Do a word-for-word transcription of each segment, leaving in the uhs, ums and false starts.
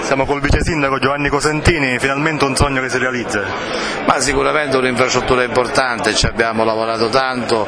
Siamo col vice sindaco Giovanni Cosentini, finalmente un sogno che si realizza. Ma sicuramente un'infrastruttura importante, ci abbiamo lavorato tanto,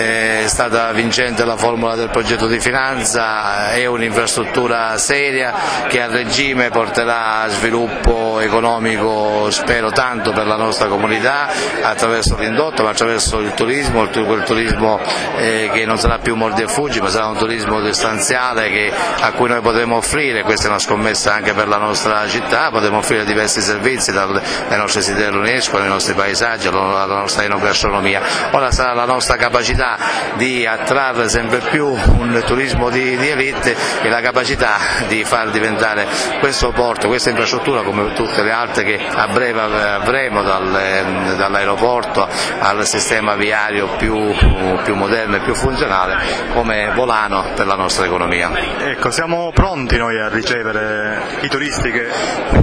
è stata vincente la formula del progetto di finanza, è un'infrastruttura seria che a regime porterà sviluppo economico, spero tanto per la nostra comunità attraverso l'indotto, ma attraverso il turismo, quel turismo eh, che non sarà più mordi e fuggi, ma sarà un turismo stanziale che, a cui noi potremo offrire, questa è una scommessa anche per la nostra città, potremo offrire diversi servizi dalle nostre siti dell'UNESCO, ai nostri paesaggi, alla nostra enogastronomia. Ora sarà la nostra capacità di attrarre sempre più un turismo di, di elite e la capacità di far diventare questo porto, questa infrastruttura come tutte le altre che a breve avremo dal, dall'aeroporto al sistema viario più, più moderno e più funzionale come volano per la nostra economia. Ecco, siamo pronti noi a ricevere i turisti che...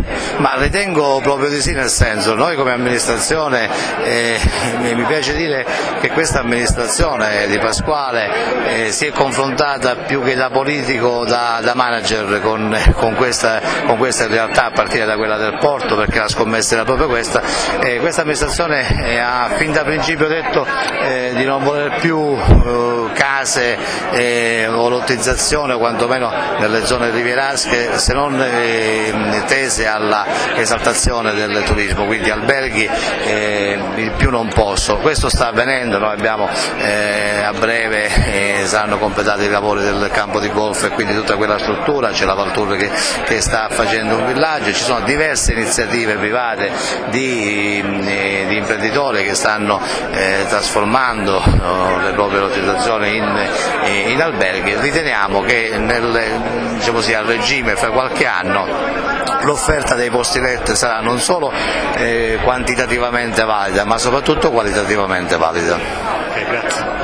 Ma ritengo proprio di sì, nel senso, noi come amministrazione, eh, mi piace dire che questa amministrazione di Pasquale eh, si è confrontata più che da politico, da, da manager con, con, questa, con questa realtà, a partire da quella del porto, perché la scommessa era proprio questa. Eh, questa amministrazione eh, ha fin da principio detto eh, di non voler più eh, case eh, o lottizzazione, quantomeno nelle zone rivierasche, se non eh, tese alla esaltazione del turismo, quindi alberghi eh, il più non posso. Questo sta avvenendo, noi abbiamo eh, a breve eh, saranno completati i lavori del campo di golf e quindi tutta quella struttura, c'è la Valtour che, che sta facendo un villaggio, ci sono diverse iniziative private di, eh, di imprenditori che stanno eh, trasformando no, le proprie lottizzazioni in, eh, in alberghi. Riteniamo che nel, diciamo così, al regime fra qualche anno l'offerta dei posti letto sarà non solo eh, quantitativamente valida ma soprattutto qualitativamente valida. Okay, grazie.